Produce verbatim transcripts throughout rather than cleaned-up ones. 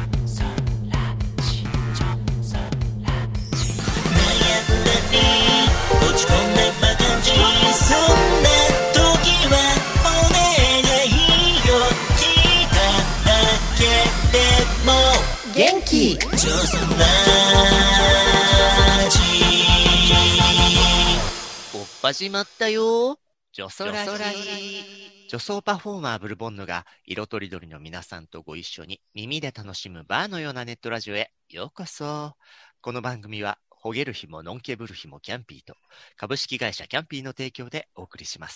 元気おっ始まったよ。ジョソラジ。女装パフォーマーブルボンヌが色とりどりの皆さんとご一緒に耳で楽しむバーのようなネットラジオへようこそ。この番組はほげる日ものんけぶる日もキャンピーと株式会社キャンピーの提供でお送りします。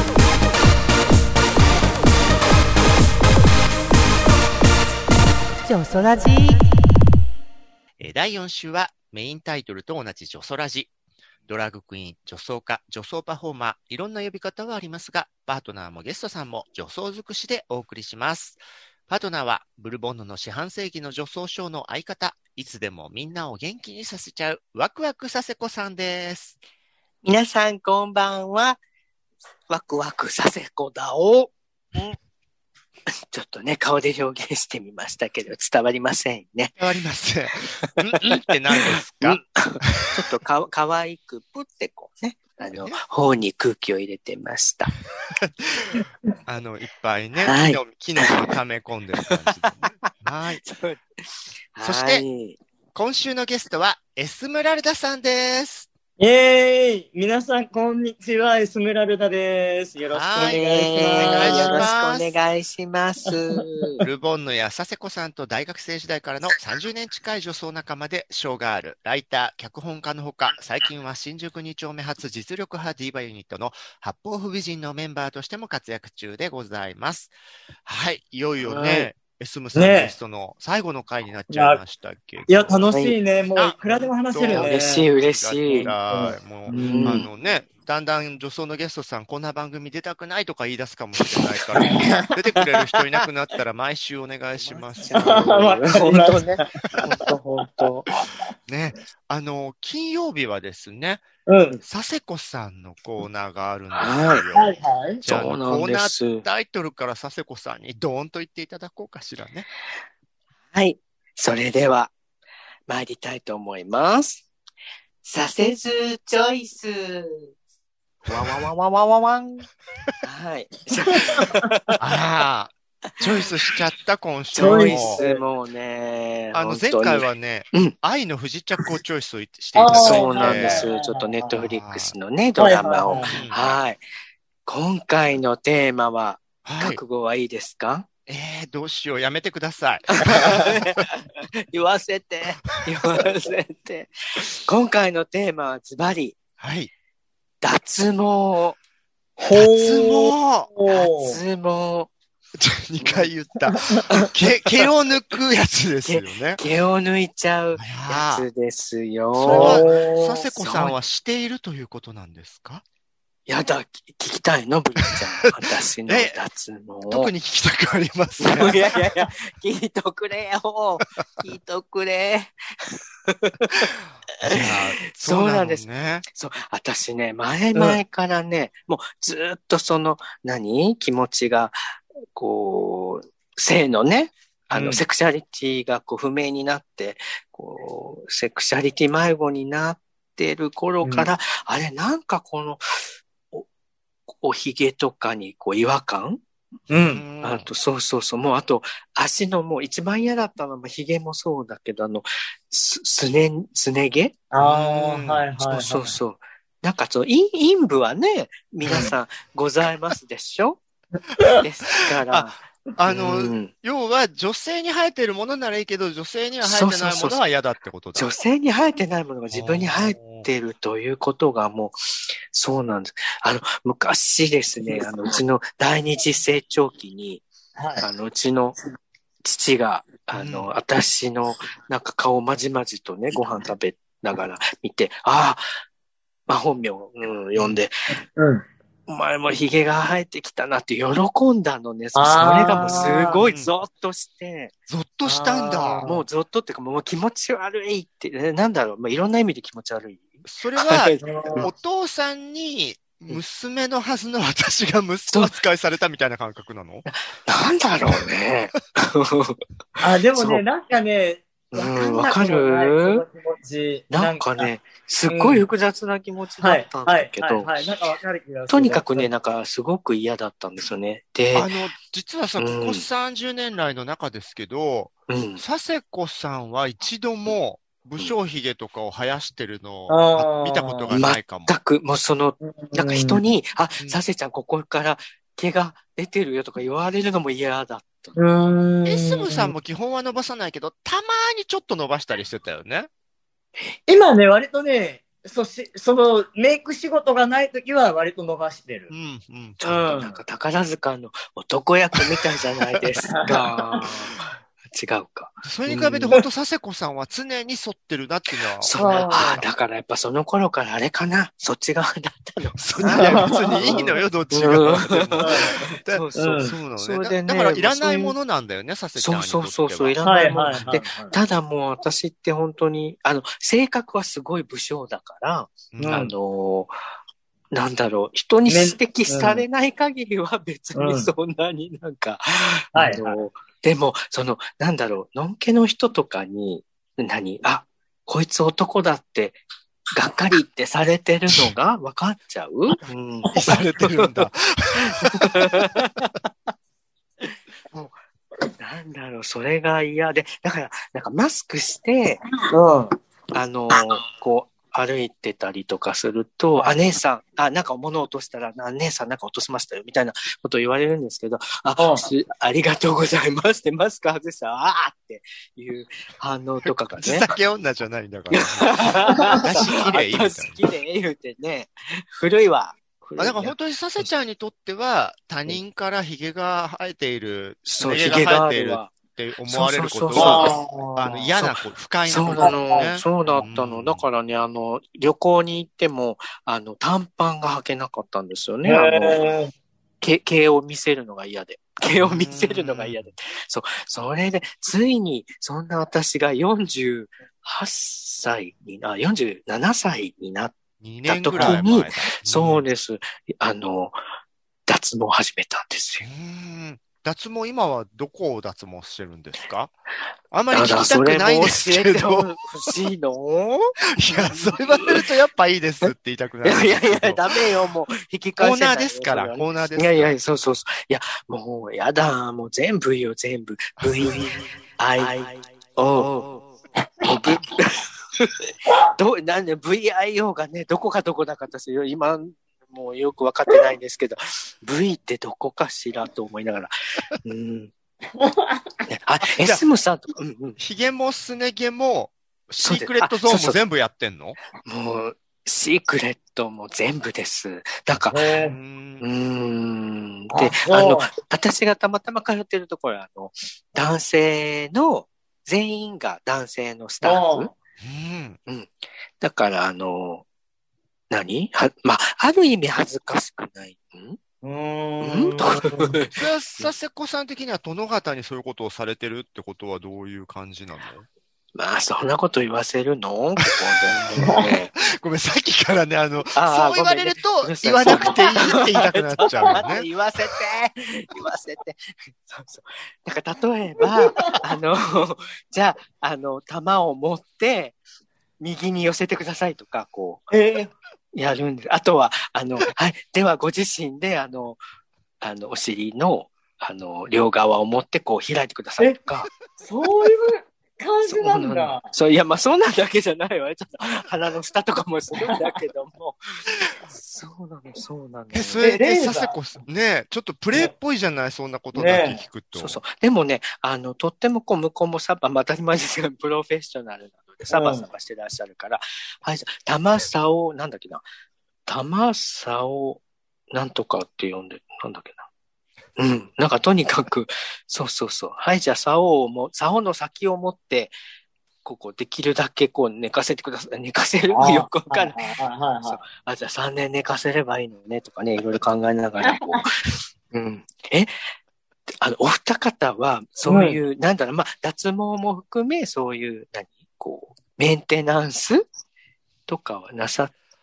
ジョソラジ。 だいよん週はメインタイトルと同じジョソラジ。ドラッグクイーン、女装家、女装パフォーマー、いろんな呼び方はありますが、パートナーもゲストさんも女装尽くしでお送りします。パートナーはブルボンヌの四半世紀の女装ショーの相方、いつでもみんなを元気にさせちゃうワクワクさせこさんです。 皆さんこんばんは。ワクワクさせこだお。うんちょっとね、顔で表現してみましたけど、伝わりませんね。 伝わりません。んんって何ですか？ ちょっとか、かわいく、ぷってこうね、あの、頬に空気を入れてました。 あの、いっぱいね、 はい、 木の実を溜め込んでる感じで、ね。はい。そして、今週のゲストは、エスムラルダさんです。 イェーイ！皆さん、こんにちは。エスムラルダです。よろしくお願いします。 よろしくお願いします。 ブルボンヌや佐世子さんと大学生時代からのさんじゅうねん近い女装仲間で、ショーガール、ライター、脚本家のほか、最近は新宿に丁目発実力派ディーバユニットの八方不美人のメンバーとしても活躍中でございます。はい、いよいよね。はいエスムさんゲストの最後の回になっちゃいましたっけ？ いや、楽しいね。もういくらでも話せるね。 嬉しい、嬉しい。 もう、うん、あのね、だんだん女装のゲストさん、こんな番組出たくないとか言い出すかもしれないから、出てくれる人いなくなったら毎週お願いします。 本当ね。本当、本当。 ね、あの、金曜日はですね、 うん。 佐世子さんのコーナーがあるんですよ。 はいはい。 じゃあ、コーナータイトルから佐世子さんにドーンと言っていただこうかしらね。 はい。それでは、参りたいと思います。させずチョイス。わわわわわわわん。はい。 ああ。チョイスしちゃった、今週チョイスもね。 あの、前回はね、うん、愛の不時着をチョイスしていただいて。 そうなんです。ちょっとネットフリックスのね、ドラマを。はい、はい。今回のテーマは、覚悟はいいですか？はい、 えー、どうしよう。やめてください。 言わせて。言わせて。今回のテーマはズバリ。 はい。 脱毛。 脱毛脱毛。 にかい言った。毛、毛を抜くやつですよね。 毛を抜いちゃうやつですよ。 それは、佐世子さんはしているということなんですか？ やだ、聞きたいのブリちゃん。私の脱毛。 特に聞きたくありますね。 いやいやいや、聞いとくれよ。聞いとくれ。そうなんですね。そう、私ね、前々からね、うん、もうずっとその、何？気持ちが、こう、性のね、あの、うん、セクシャリティがこう不明になって、こう、セクシャリティ迷子になってる頃から、うん、あれ、なんかこの、お、おひげとかにこう違和感うん。あと、そうそうそう。もう、あと、足のもう一番嫌だったのは、ひげもそうだけど、あの、す、すね、すね毛ああ、はいはい、はい。 そうそうそう。なんか、そう、陰、陰部はね、皆さんございますでしょですから。 あ、あの、うん、要は女性に生えてるものならいいけど、女性には生えてないものは嫌だってことだ。 そうそうそう。女性に生えてないものが自分に生えてるということがもう、そうなんです。あの、昔ですね、あの、うちの第二次成長期に、はい、あの、うちの父が、あの、うん、私のなんか顔をまじまじとね、ご飯食べながら見て、ああ、まあ、本名を、うん、呼んで、うんお前もヒゲが生えてきたなって喜んだのね。それがもうすごいゾッとして。 ゾッとしたんだ。 もうゾッとっていうかもう気持ち悪いって、なんだろう。まあ、いろんな意味で気持ち悪い。 それは、お父さんに娘のはずの私が息子扱いされたみたいな感覚なの？ なんだろうね。 あ、でもね、なんかね、 わかる？なんかね、すっごい複雑な気持ちだったんだけど、とにかくね、なんかすごく嫌だったんですよね。で、 あの、実はさ、ここさんじゅうねん来の中ですけど、うん、佐世子さんは一度も武将髭とかを生やしてるのを見たことがないかも。 全く、もうその、なんか人に、あ、佐世ちゃんここから毛が出てるよとか言われるのも嫌だった。 エスムさんも基本は伸ばさないけど、たまにちょっと伸ばしたりしてたよね。 今ね、割とね、そし、そのメイク仕事がないときは割と伸ばしてる。 うんうん。ちょっとなんか宝塚の男役みたいじゃないですか。違うか。 それに比べて本当佐世子さんは常に反ってるなっていうのは。 そう。ああ、だからやっぱその頃からあれかな。そっち側だったの。 そっちは別にいいのよ、どっちが。そうそう。そうなのね。だからいらないものなんだよね、佐世ちゃんにとっては。 そうそうそう、いらないもの。で、ただもう私って本当に、あの、性格はすごい武将だから、あの、なんだろう、人に指摘されない限りは別にそんなになんか、あの、でも、その、なんだろう、のんけの人とかに、何、あ、こいつ男だって、がっかりってされてるのが分かっちゃう？うん。 されてるんだ。 もう、なんだろう、それが嫌で、だから、なんかマスクして、うん、あの、こう、歩いてたりとかすると、あ、姉さん、あ、なんか物落としたら、あ、姉さんなんか落としましたよ、みたいなこと言われるんですけど、あ、ありがとうございますって、マスク外したら、あーっていう反応とかがね。 口だけ女じゃないんだから。私綺麗みたいな。 私綺麗言うてね、古いわ。 あ、だから本当に佐世ちゃんにとっては、他人からヒゲが生えている、 そう、 ヒゲが生えている。って思われることは、あの、嫌な、不快なことだったの。そうだったの。だからね、あの、旅行に行っても、あの、短パンが履けなかったんですよね。あの、毛、毛を見せるのが嫌で。毛を見せるのが嫌で。そう、それで、ついに、そんな私がよんじゅうはっさいにな、よんじゅうななさいになった時に、そうです。あの、脱毛を始めたんですよ。 脱毛、今はどこを脱毛してるんですか？あんまり聞きたくないんですけど。 欲しいの？ いや、そう言われるとやっぱいいですって言いたくなる。 いやいや、ダメよ、もう、引き返せない。 コーナーですから、コーナーですから。いやいや、そうそうそう。いや、もう、やだ、もう全部よ、全部。V、I、O。どう、なんで、ブイアイオー がね、どこかどこだか私よ、今、もうよくわかってないんですけど、V ってどこかしらと思いながら。うん。あ、エスムさんとか、うんうん。 ヒゲもスネ毛も、シークレットゾーンも全部やってんの？ もう、シークレットも全部です。だから、うーん。で、あの、私がたまたま通ってるところは、あの、男性の、全員が男性のスタッフ。うん。うん。だから、あの、何は、まあ、ある意味恥ずかしくない。んうーん。 佐世子さん的には殿方にそういうことをされてるってことはどういう感じなの？ まあ、そんなこと言わせるのここで、ね。 ごめん、さっきからね、あの、あそう言われると、ね、言わなくていいって言いたくなっちゃうよね。 言わせて言わせてそうそう。だから例えば、あの、じゃあ、あの、玉を持って、右に寄せてくださいとか、こう。えーやるんです。あとは、あの、はい。では、ご自身で、あの、あの、お尻の、あの、両側を持って、こう、開いてくださいとか。 そういう感じなんだ。 そう、いや、まあ、そうなんだけじゃないわよ。ちょっと、鼻の下とかもするんだけども。そうなの、そうなの。 え、それで、佐世子さん、ねちょっとプレイっぽいじゃない、ね、そんなことだけ聞くと、 ね。そうそう。でもね、あの、とっても、こう、向こうもサバ、まあ、当たり前ですけど、プロフェッショナルなので、サバサバしてらっしゃるから、うん、はい、玉さを、なんだっけな。玉さを、なんとかって呼んで、なんだっけな。うん。なんかとにかく、そうそうそう。はい、じゃあ、竿をも、竿の先を持って、ここできるだけこう寝かせてください。寝かせるよくわかんない。あ、じゃあさんねん寝かせればいいのねとかね、いろいろ考えながら、こう。うん。え、あの、お二方は、そういう、うん、なんだろう、まあ、脱毛も含め、そういう、何こう、メンテナンスとかはなさっ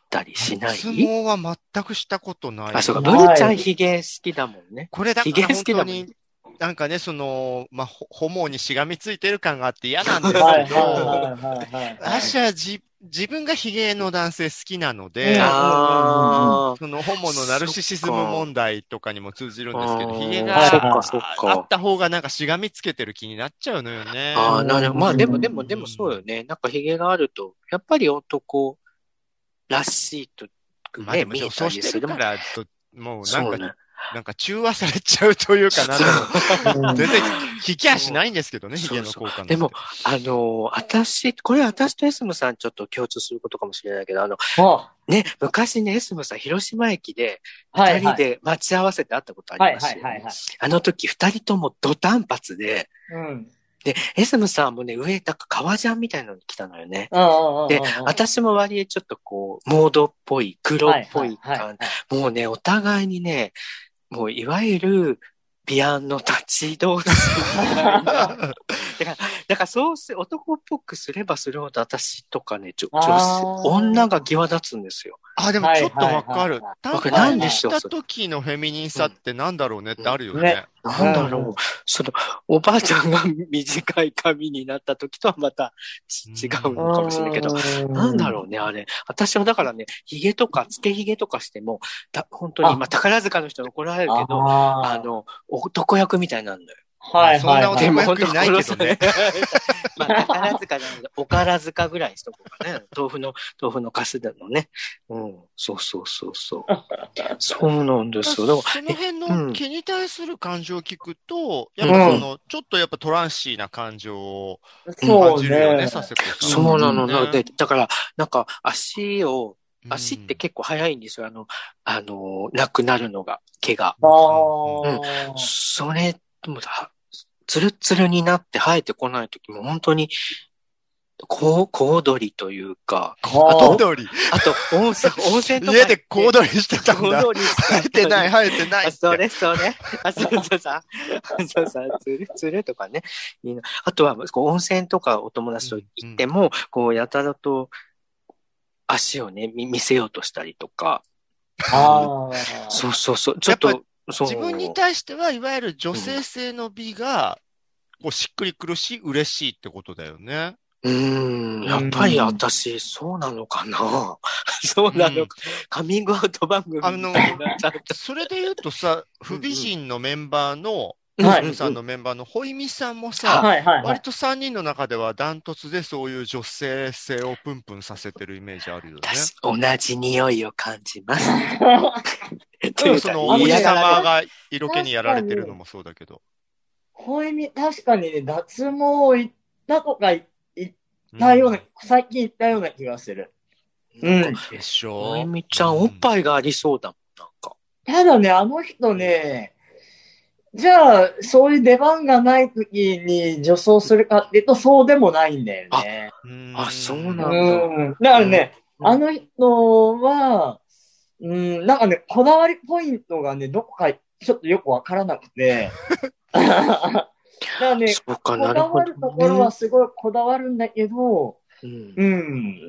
たりしない？ 脱毛は全くしたことない。 あ、そうか、ブルちゃんヒゲ好きだもんね。 これだから本当に、なんかね、その、まあ、ホモにしがみついてる感があって嫌なんですけど、私はじ自分がヒゲの男性好きなので、 あそのホモのナルシシズム問題とかにも通じるんですけど、ヒゲがあった方がなんかしがみつけてる気になっちゃうのよね。 ああ、なるほど。まあでもでもでもそうよね。なんかヒゲがあると、やっぱり男らしいと、ね、 まあでも女装してるからと、もうなんか、なんか中和されちゃうというかなんだろう。全然引き足ないんですけどね、ヒゲの効果の。 でも、あのー、私、これ私とエスムさんちょっと共通することかもしれないけど、あの、ね、昔ね、エスムさん広島駅で二人で待ち合わせて会ったことありますよ。あの時二人ともド短髪で、うん、で、エスムさんもね、上、なんか革ジャンみたいなのに来たのよね。で、私も割合ちょっとこう、モードっぽい、黒っぽい感じ。もうね、お互いにね、もういわゆる、ビアンの立ち同士。だから、だからそうす、男っぽくすればするほど私とかね、ちょ、ちょ、女が際立つんですよ。 あ、でもちょっとわかる。短髪にした時のフェミニンさってなんだろうねってあるよね。ねなんだろう。その、おばあちゃんが短い髪になった時とはまた違うのかもしれないけど、なんだろうね、あれ。私はだからね、髭とか、つけ髭とかしても、だ本当に、まあ、宝塚の人に怒られるけど、あ, あの、男役みたいなんだよ。 はい、そんな男役いないけどね。 まあ、宝塚なので、おから塚ぐらいしとこうかね。豆腐の、豆腐のかすだのね。うん。そうそうそうそう。そうなんですよ。 だからその辺の毛に対する感情を聞くと、うん、やっぱその、うん、ちょっとやっぱトランシーな感情を感じるよね、佐世子さん。 そうなの、ね。で、だから、なんか足を、足って結構早いんですよ。あの、あの、なくなるのが、毛が。あうん。それ、もうツルツルになって生えてこないときも本当に、こう、小躍りというか。 小躍りあと、温泉、温泉とか。 家で小躍りしてたんだ。小躍りして生えてない、生えてない。 それ、それ。あ、そうそうさ。そうさ、つるつるとかね。いいな。あとは、こう温泉とかお友達と行っても、うん、こう、やたらと足をね、見せようとしたりとか。ああ。そうそうそう。ちょっと、 自分に対しては、いわゆる女性性の美が、こうしっくりくるし、嬉しいってことだよね。 うーん、やっぱり私、そうなのかなそうなのか。うん、カミングアウト番組みたいになっちゃった。 それで言うとさ、不美人のメンバーの、はい、さんのメンバーのホイミさんもさ、はいはいはい、割とさんにんの中ではダントツでそういう女性性をプンプンさせてるイメージあるよね。 同じ匂いを感じます。 でもそのおじさまが色気にやられてるのもそうだけど。 ホイミ、確かにね、脱毛行ったとか行ったような、うん、最近行ったような気がする。 うん。でしょ。 ホイミちゃん、おっぱいがありそうだもん、なんか。 ただね、あの人ね、じゃあ、そういう出番がない時に女装するかっていうと、そうでもないんだよね。 あ、あそうなんだ。 うん。だからね、うん、あの人は、うん、なんかね、こだわりポイントがね、どこかちょっとよくわからなくて。だからね、こだわるところはすごいこだわるんだけど、うん、うん。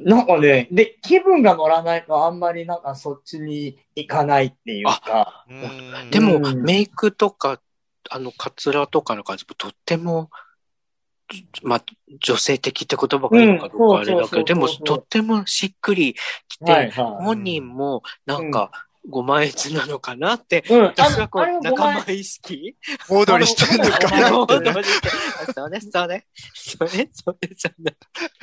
なんかね、で、気分が乗らないとあんまりなんかそっちに行かないっていうか。 でも、メイクとか、あの、カツラとかの感じもとっても、まあ、女性的って言葉がいいのかどうかあれだけど、でも、とってもしっくりきて、はいはい、本人もなんか、ご満悦なのかなって、うん、私はこう、仲間意識大踊りしてるのかな大踊りして、それそれ、それそれじゃない。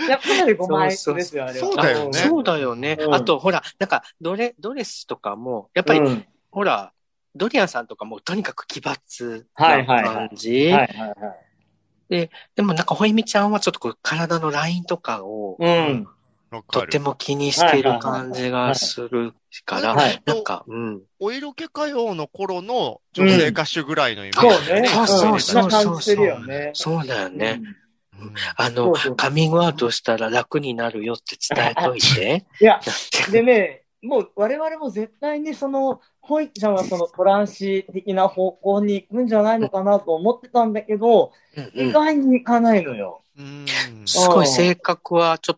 やっぱりご満悦ですよ、あれは。 そうだよね。 そうだよね。うん、あと、ほら、なんか、ドレ、ドレスとかも、やっぱり、うん、ほら、ドリアンさんとかもとにかく奇抜な感じ。はいはいはい。で、でもなんか、ほいみちゃんはちょっとこう、体のラインとかを、うん。とっても気にしてる感じがするから、なんか、うん。 お色気歌謡の頃の女性歌手ぐらいのイメージ、 ね、うん、そうそうそうそうそう。ね、そうだよね。うん、あのそうそう、カミングアウトしたら楽になるよって伝えといて。 いや、でね、もう我々も絶対にその、ホイちゃんはそのトランシー的な方向に行くんじゃないのかなと思ってたんだけど、うんうん、意外に行かないのよ。 うんすごい性格はちょっと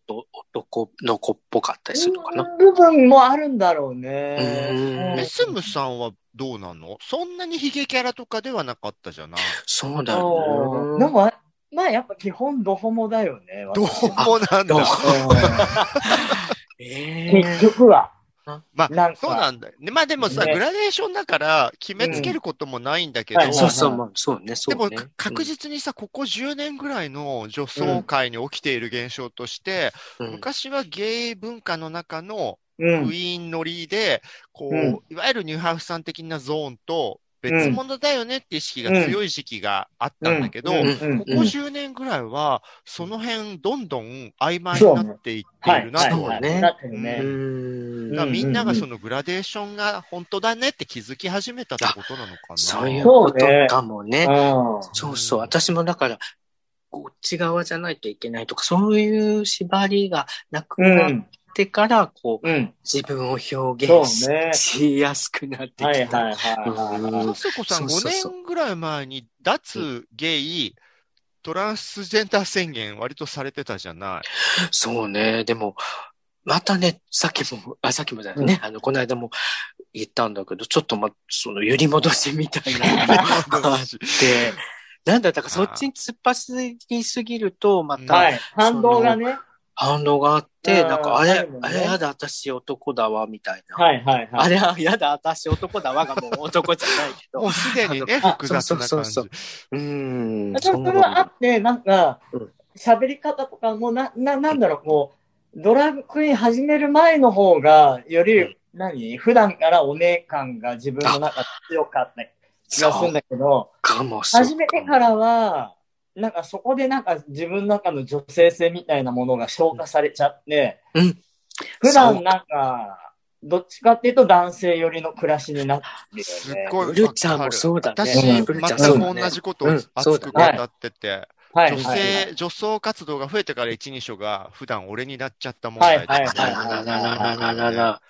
男の子っぽかったりするのかな。 部分もあるんだろうね。 メスムさんはどうなの？そんなにヒゲキャラとかではなかったじゃない？ そうだよね。でも、まあやっぱ基本ドホモだよね。 ドホモなんだ。 結局は。 まあ、そうなんだよね。まあでもさ、ね、グラデーションだから決めつけることもないんだけど、 うんはい、そうそう、まあ、そうね、そうね。 でも確実にさ、ここじゅうねんぐらいの女装界に起きている現象として、うん、昔はゲイ文化の中のクイーン乗りで、こう、うん、いわゆるニューハーフさん的なゾーンと、別物だよねって意識が強い時期があったんだけど、ここじゅうねんぐらいは、その辺どんどん曖昧になっていっているなとはね。みんながそのグラデーションが本当だねって気づき始めたってことなのかな。 そういうことかもね。そうそう。私もだから、こっち側じゃないといけないとか、そういう縛りがなくなって、てから、こう、うん、自分を表現 し,、ね、しやすくなってきた。はいはいはい。させこさん、ごねんぐらい前に、脱ゲイ、トランスジェンダー宣言割とされてたじゃない？ そうね。でも、またね、さっきも、あ、さっきもだよね、うん、あの、この間も言ったんだけど、ちょっとま、その、揺り戻しみたいなのがあって、なんだったか、そっちに突っ走りすぎると、また、 はい、反動がね。 反応があって、なんか、あれ、ね、あれやだ、私男だわ、みたいな。 はいはいはい。 あれはやだ、私男だわがもう男じゃないけど。 もうすでにね、複雑な感じ。そうそうそう。 うん。 それはあって、なんか、喋り方とかもな、な、なんだろう、こう、ドラッグクイーン始める前の方が、より、うん、何普段からお姉感が自分の中で強かった気がするんだけど、 かも始めてからは、なんかそこでなんか自分の中の女性性みたいなものが消化されちゃって、 うん、 普段なんか、どっちかっていうと男性寄りの暮らしになってるよね。 すごい。 ブルちゃんもそうだね。 私、全く同じことを熱く語ってて、 はい、 女性、女装活動が増えてから一人称が普段俺になっちゃった問題だはいはいはいはい。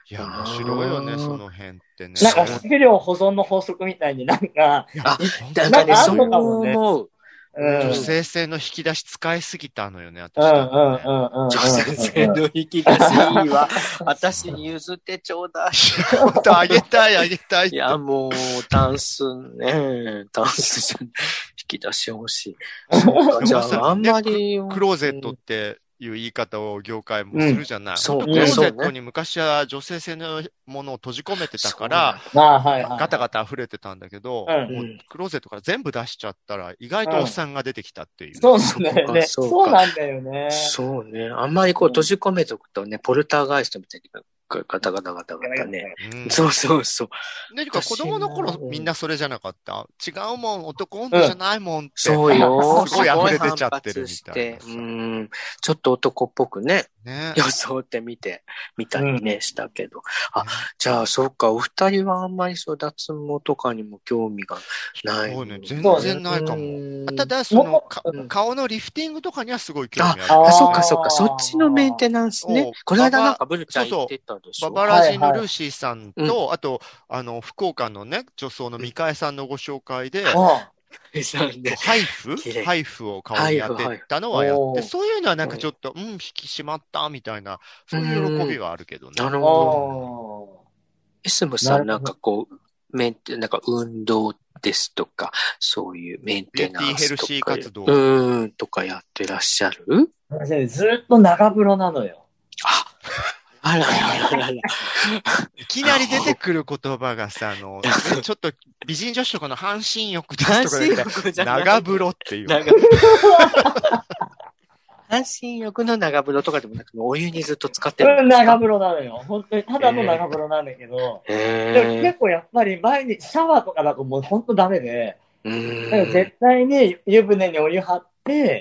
いや、面白いよね、その辺ってね。 なんか、資料保存の法則みたいになんか、 あ、なんかね、そう思う。 女性性の引き出し使いすぎたのよね、私、 ね。うんうんうんうん。 女性性の引き出しいいわ。私に譲ってちょうだい。 ほんと、あげたい、あげたい。 いや、もう、タンスね、タンスじゃ引き出し欲しい。そうか、じゃあ、あんまり。 クローゼットって、いう言い方を業界もするじゃない。うん、そうね。クローゼットに昔は女性性のものを閉じ込めてたから、ガタガタ溢れてたんだけど、うん、もうクローゼットから全部出しちゃったら、意外とおっさんが出てきたっていう。 うん、そうなんだよね。そうなんだよね。 そうね。あんまりこう閉じ込めとくとね、ポルターガイストみたいにガタガタガタガタね。うん、そうそうそう。 何か子供の頃みんなそれじゃなかった。違うもん、男女じゃないもんって。 そうよ。 すごい溢れ出ちゃってるみたいな。 うん。ちょっと男っぽくね。ね。装ってみて、みたいにね、したけど。あ、じゃあ、そうか、お二人はあんまりそう脱毛とかにも興味がない。 そうね、全然ないかも。ただ、その、顔のリフティングとかにはすごい興味ある。 あ、そうか、そうか、そっちのメンテナンスね。この間なんかブルちゃん言ってたでしょ。 ババラジのルーシーさんと、あと、あの、福岡のね、女装のミカエさんのご紹介で、ハイフハイフを顔に当てたのはやって、そういうのはなんかちょっと、うん、引き締まったみたいな、そういう喜びはあるけどね。 なるほど。エスムさんなんかこう、メンテ、なんか運動ですとか、そういうメンテナンスとか。ビューティーヘルシー活動。うん、とかやってらっしゃる？ ずっと長風呂なのよ。 ああららららら。いきなり出てくる言葉がさ、あの、ちょっと美人女子とかの半身浴ですとかで、長風呂っていう。 半身浴の長風呂とかでもなく、お湯にずっと使ってるんですか？長風呂なのよ。本当に、ただの長風呂なんだけど、でも結構やっぱり毎日シャワーとかだともう本当ダメで、だから絶対に湯船にお湯張って、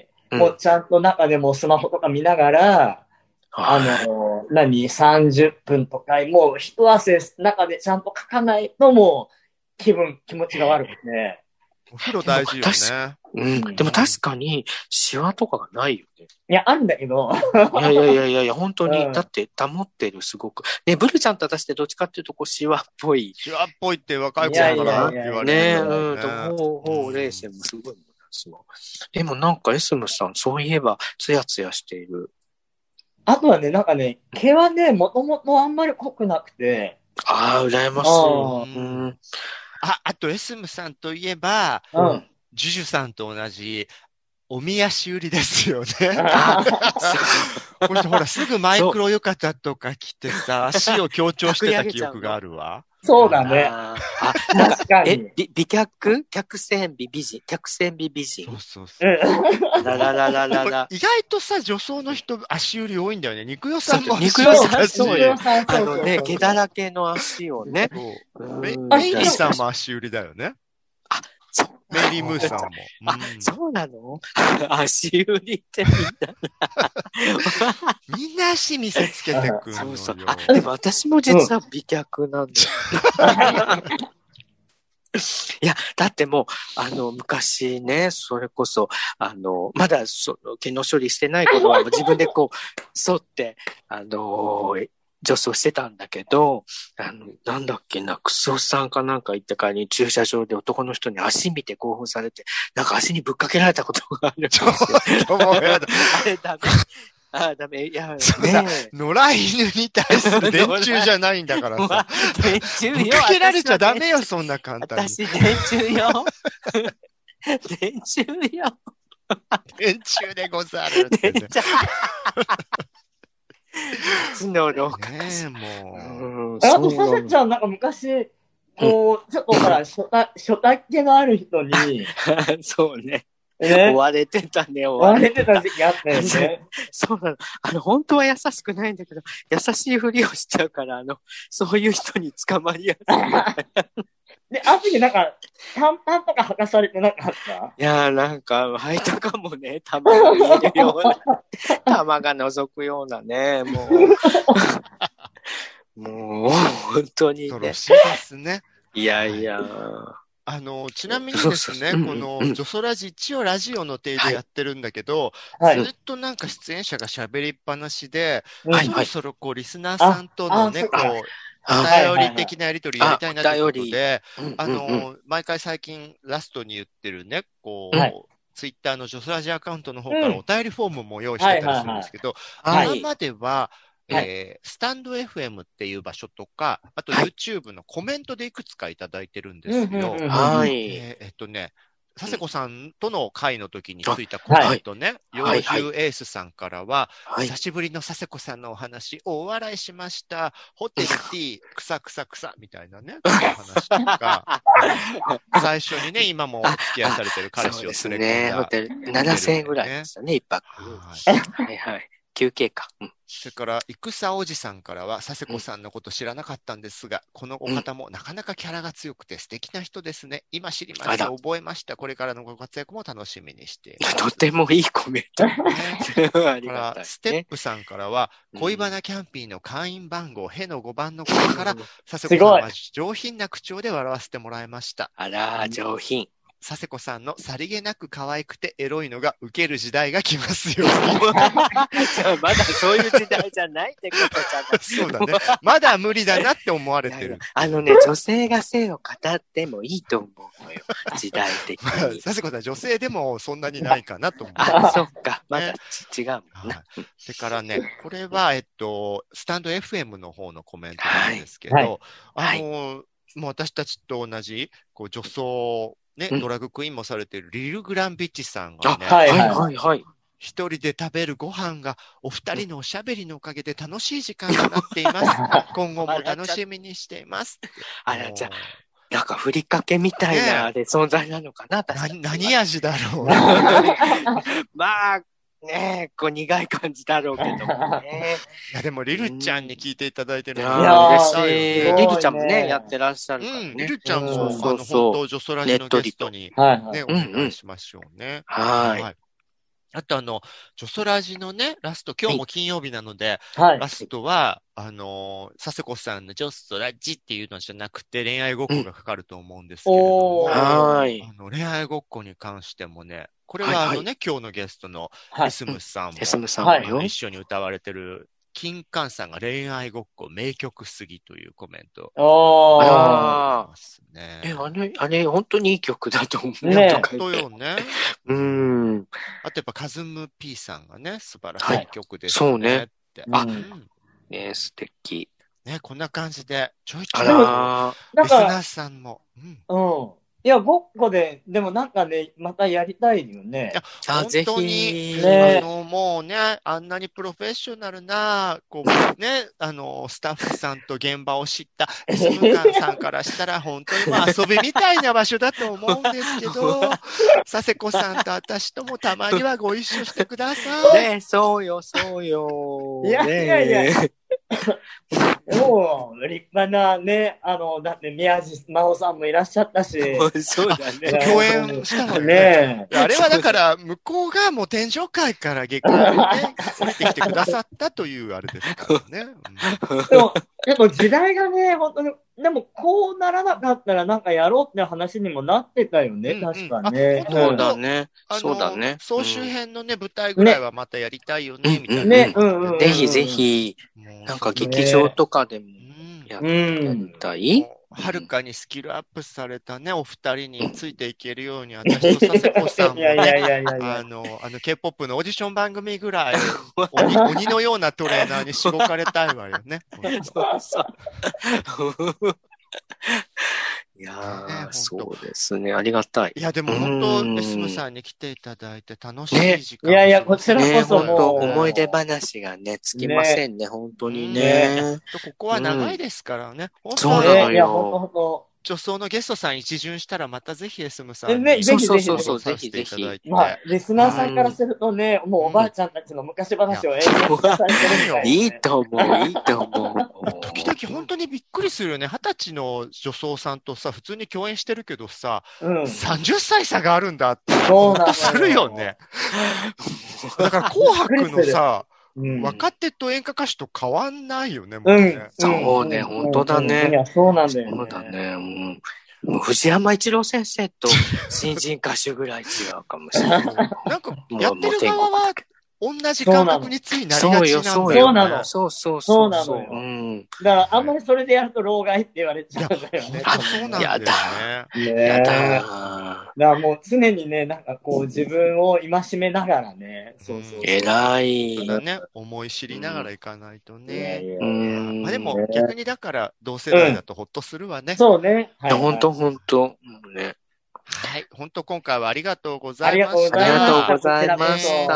うん、もうちゃんと中でもスマホとか見ながら、あの、何 ?さんじゅっぷんとか、もう一汗中でちゃんとかかないともう気分、気持ちが悪くて。 お風呂大事よね。 うん。でも確かに、シワとかがないよね。 いや、あるんだけど。 いやいやいやいやいや、本当に、うん、だって保ってる、すごく。ね、ブルちゃんと私ってどっちかっていうと、こう、シワっぽい。 シワっぽいって若い子だから言われる、ね。 ね、うん。と、ほうほう、レーセンもすごいもんですわ。でもなんか、エスムさん、そういえば、ツヤツヤしている。 あとはね、なんかね、毛はね、もともとあんまり濃くなくて。 ああ、羨ましい。 うん、あ、あとエスムさんといえば、うん、ジュジュさんと同じ、おみ足売りですよね。これほら、すぐマイクロ浴衣とか着てさ、足を強調してた記憶があるわ。 そうだね。 あ、なんか、確かに。え、美、美脚客船美美人客船美美人そうそうそう。 らららららら。 意外とさ、女装の人、足売り多いんだよね。肉代さんも肉代さんそうよ。あのね、毛だらけの足をね。 メイリーさんも足売りだよね。 あ、そう。 メイリームーさんも。 あ、そうなの？足売りってみんな。 みんな足見せつけてくるのよ。そうそう。 あ、でも私も実は美脚なんだよ。いや、だってもう、あの、昔ね、それこそ、あの、まだ、その、毛の処理してない頃は、自分でこう、沿って、あの、女装してたんだけど、あの、なんだっけな、クソさんかなんか行った帰りに駐車場で男の人に足見て興奮されて、なんか足にぶっかけられたことがあるんですよ。あれダメ。ああ、ダメ。いや、 ね、野良犬に対する電柱じゃないんだからさ。電柱よ。かけられちゃダメよ、そんな簡単に。 私、電柱よ。電柱よ。 電柱でござるってね。 初の廊下ねえ、もう。あと、させちゃん、なんか昔、こう、ちょっとほら、初対、初対気のある人に。 そうね。追われてたね、 追われてた時期あったよね。 そうなの。あの、本当は優しくないんだけど、優しいふりをしちゃうから、あの、そういう人に捕まりやすい。 で、あの時なんか、短パンとか履かされてなかった？ いやー、なんか、履いたかもね、玉が見えるような、玉が覗くようなね、もう。もう、本当に、ね。 恐ろしいですね。 いやいや。 あの、ちなみにですね、この、ジョソラジ、一応ラジオの体でやってるんだけど、はい、ずっとなんか出演者が喋りっぱなしで、はい、そろそろこう、リスナーさんとのね、こう、お便り的なやりとりやりたいなということで、あの、毎回最近ラストに言ってるね、こう、はい、ツイッターのジョソラジアカウントの方からお便りフォームも用意してたりするんですけど、今までは、はい、えー、スタンド エフエム っていう場所とか、あと YouTube のコメントでいくつかいただいてるんですよ。はい。えー、えっとね、佐世子さんとの会の時についたコメントね、幼獣エースさんからは、はい、久しぶりの佐世子さんのお話、お笑いしました、ホテル T、草草草みたいなね、お話とか、最初にね、今もお付き合いされてる彼氏を連れ込んだ、ね。ホテルななせんえんぐらいでしたね、一泊。はいはいはい。休憩か。うん、 それから、戦おじさんからは、佐世子さんのこと知らなかったんですが、うん、このお方もなかなかキャラが強くて素敵な人ですね。今知りました。覚えました。これからのご活躍も楽しみにしています。 とてもいいコメント。ね、 ありがたい、ね。ステップさんからは、恋バナキャンピーの会員番号、へのごばんの声から、佐世子さんは上品な口調で笑わせてもらいました。 あら、上品。 佐世子さんのさりげなく可愛くてエロいのが受ける時代が来ますよ。 まだそういう時代じゃないってことじゃない。 そうだね。まだ無理だなって思われてる。いやいやあのね、女性が性を語ってもいいと思うのよ。時代的に。まあ、 佐世子さん、女性でもそんなにないかなと思う。 あ、そっか。まだ、ね、違うもんな。 それからね、これは、えっと、スタンド エフエム の方のコメントなんですけど、はいはい、あの、はい、もう私たちと同じ、こう、女装、ね、ドラッグクイーンもされているリル・グランビッチさんがね、 はいはいはいはい。 一人で食べるご飯がお二人のおしゃべりのおかげで楽しい時間となっています。今後も楽しみにしています。 あらちゃん。なんかふりかけみたいな、ね、存在なのかな、 な何味だろう。 まあ、ねえ、こう苦い感じだろうけどもね。 いや、でもリルちゃんに聞いていただいてるのは嬉しい。リルちゃんもね、やってらっしゃるからね。 うん、リルちゃんも、あの、本当、ジョソラジのゲストに、ね、お願いしましょうね。 はい。 あとあの、ジョソラジのね、ラスト、今日も金曜日なので、はい、ラストは、あの、佐世子さんのジョソラジっていうのじゃなくて恋愛ごっこがかかると思うんですけれども、うん、はい。あの、恋愛ごっこに関してもね、これはあのね、はいはい、今日のゲストのエスムさんも、 エスムさんも、はい、 一緒に歌われてる、金柑さんが恋愛ごっこ名曲すぎというコメント。 ああ。ね、え、あれ、あれ、本当にいい曲だと思う。 ね。本当よね。 うん。 あとやっぱカズム P さんがね、素晴らしい曲ですね。はい、そうね。 。 あ、うん、ね素敵。 ね、こんな感じで、ちょいちょい、 リスナーさんも。 うん。うんいや、ごっこで、でもなんかね、またやりたいよね。いや、 本当に、ね、あの、もうね、あんなにプロフェッショナルな、こう、ね、あの、スタッフさんと現場を知った、エスムカンさんからしたら、本当にまあ遊びみたいな場所だと思うんですけど、佐世子さんと私ともたまにはご一緒してください。ねそうよ、そうよ。 いやいやいや。もう、立派なね、あの、だって宮地真央さんもいらっしゃったし。 そうだね。 共演したのね。あれはだから、向こうがもう天上界から下界にね、降りてきてくださったというあれですからね。 うん、でも、でも時代がね、本当に、でもこうならなかったらなんかやろうって話にもなってたよね、うんうん、確かね。 そうだね。そうだね。 総集編のね、舞台ぐらいはまたやりたいよね、みたいな。 ね、ぜひぜひ、なんか劇場とかでもやりたい？ はるかにスキルアップされたね、お二人についていけるように、私と佐世子さんもね、あの、あの、K-ポップ のオーディション番組ぐらい、鬼、鬼のようなトレーナーにしごかれたいわよね。そうそういやー、そうですね。ありがたい。 いや、でも本当、エスムさんに来ていただいて楽しい時間、 ね。いやいや、こちらこそもう、ね、思い出話がね、つきませんね、ね本当にね、 ね。ここは長いですからね。 うん、そうなのよ。 いや、本当本当。 女装のゲストさん一巡したらまたぜひエスムさんに。 ね、ぜひぜひ。 そうそうそう、ぜひぜひ。 まあ、リスナーさんからするとね、もうおばあちゃんたちの昔話を永遠にされてるよ。 いいと思う、いいと思う。 時々本当にびっくりするよね。二十歳の女装さんとさ、普通に共演してるけどさ、うん、さんじゅっさい差があるんだって。そうなんだ。するよね。だから紅白のさ、うん、若手と演歌歌手と変わんないよね、もうね。 うん、そうね、本当だね。 いや、そうなんだよね。 そうだね。うんもう藤山一郎先生と新人歌手ぐらい違うかもしれない。なんか、やってる側は同じ感覚についなりがちなんだよね。 そうなの。 そうそうそうなのよ。うん。だから、あんまりそれでやると老害って言われちゃうんだよね。 そうなんだよね。 やだ。 だからもう常にね、なんかこう自分を戒めながらね。 そうそう。偉い。 そうだね。思い知りながらいかないとね。うん。まあでも逆にだから同世代だとほっとするわね。 そうね。 ほんとほんと。ね。 はい。本当今回はありがとうございました。 ありがとうございました。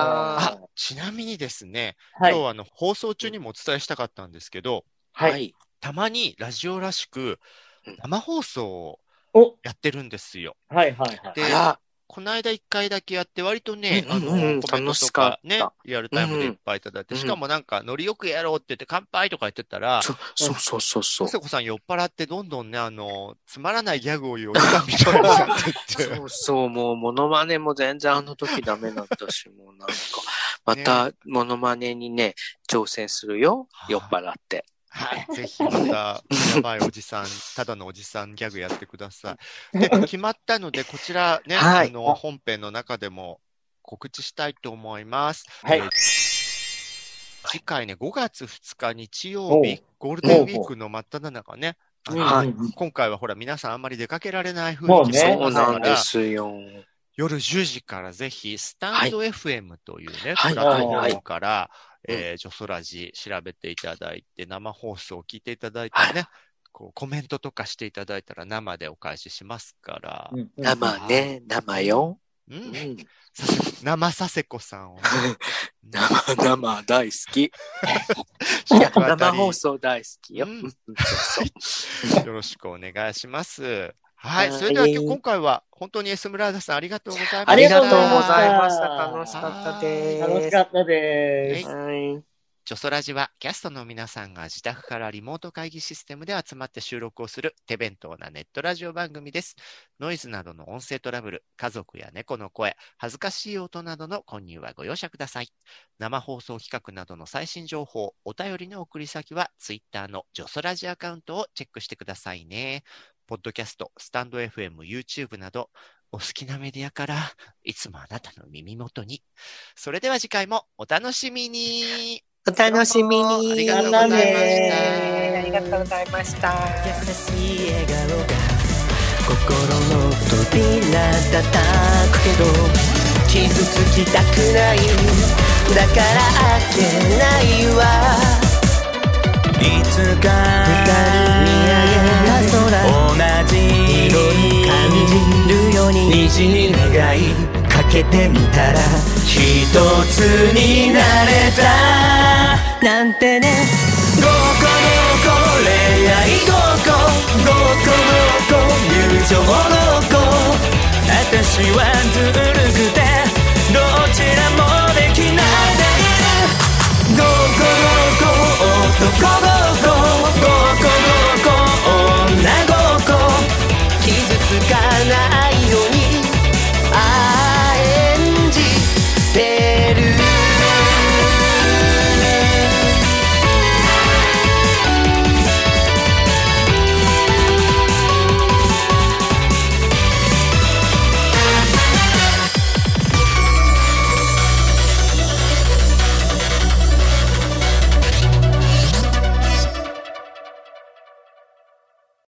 あ、ちなみにですね、はい、今日はあの放送中にもお伝えしたかったんですけど、 はい。 たまにラジオらしく生放送をやってるんですよ。 はいはいはい。 で、この間一回だけやって割とね、 うんうんうん、あの、コメントとかね、 リアルタイムでいっぱいいただいて、うんうん、しかもなんかノリよくやろうって言って乾杯とか言ってたら、 そそうそうそうそう。 佐世子さん酔っ払ってどんどんね、あの、つまらないギャグを言うおじさんみたいになってって。 そうそう、もうモノマネも全然あの時ダメだったし、もうなんか、またモノマネにね、挑戦するよ、酔っ払って。 はい。ぜひまた、やばいおじさん、ただのおじさんギャグやってください。で、決まったので、こちらね、はい、あの、本編の中でも告知したいと思います。はい。えー、次回ね、ごがつふつか日曜日、ゴールデンウィークの真っ只中ね、はい、今回はほら、皆さんあんまり出かけられない雰囲気そうなんですよ。 夜じゅうじからぜひ、スタンド エフエム というね、はい、プラットフォームから、はいえー、ジョソラジ調べていただいて、生放送を聞いていただいてね、はい、こうコメントとかしていただいたら生でお返ししますから。 うん、生ね、生よ。 うん。うん、生佐世子さんを、ね。 生、生大好き。いや、生放送大好きよ。うん、 よろしくお願いします。はい。それでは今日今回は本当にエスムラーダさんありがとうございました。 ありがとうございました。楽しかったです。 楽しかったです。 はい。ジョソラジはキャストの皆さんが自宅からリモート会議システムで集まって収録をする手弁当なネットラジオ番組です。ノイズなどの音声トラブル、家族や猫の声、恥ずかしい音などの混入はご容赦ください。生放送企画などの最新情報、お便りの送り先はツイッターのジョソラジアカウントをチェックしてくださいね。ポッドキャスト、スタンド エフエム、YouTube など、お好きなメディアから、いつもあなたの耳元に。それでは次回もお楽しみに。 お楽しみに。 ありがとうございました。 ありがとうございました。 優しい笑顔が心の扉叩くけど、傷つきたくない。だかから開けないわ。 いつか二人見上げた空、 同じ色に感じるように虹に願いかけてみたら一つになれたなんてね。 ごこごこ恋愛ごこごこごこ友情ごこ私はずるくて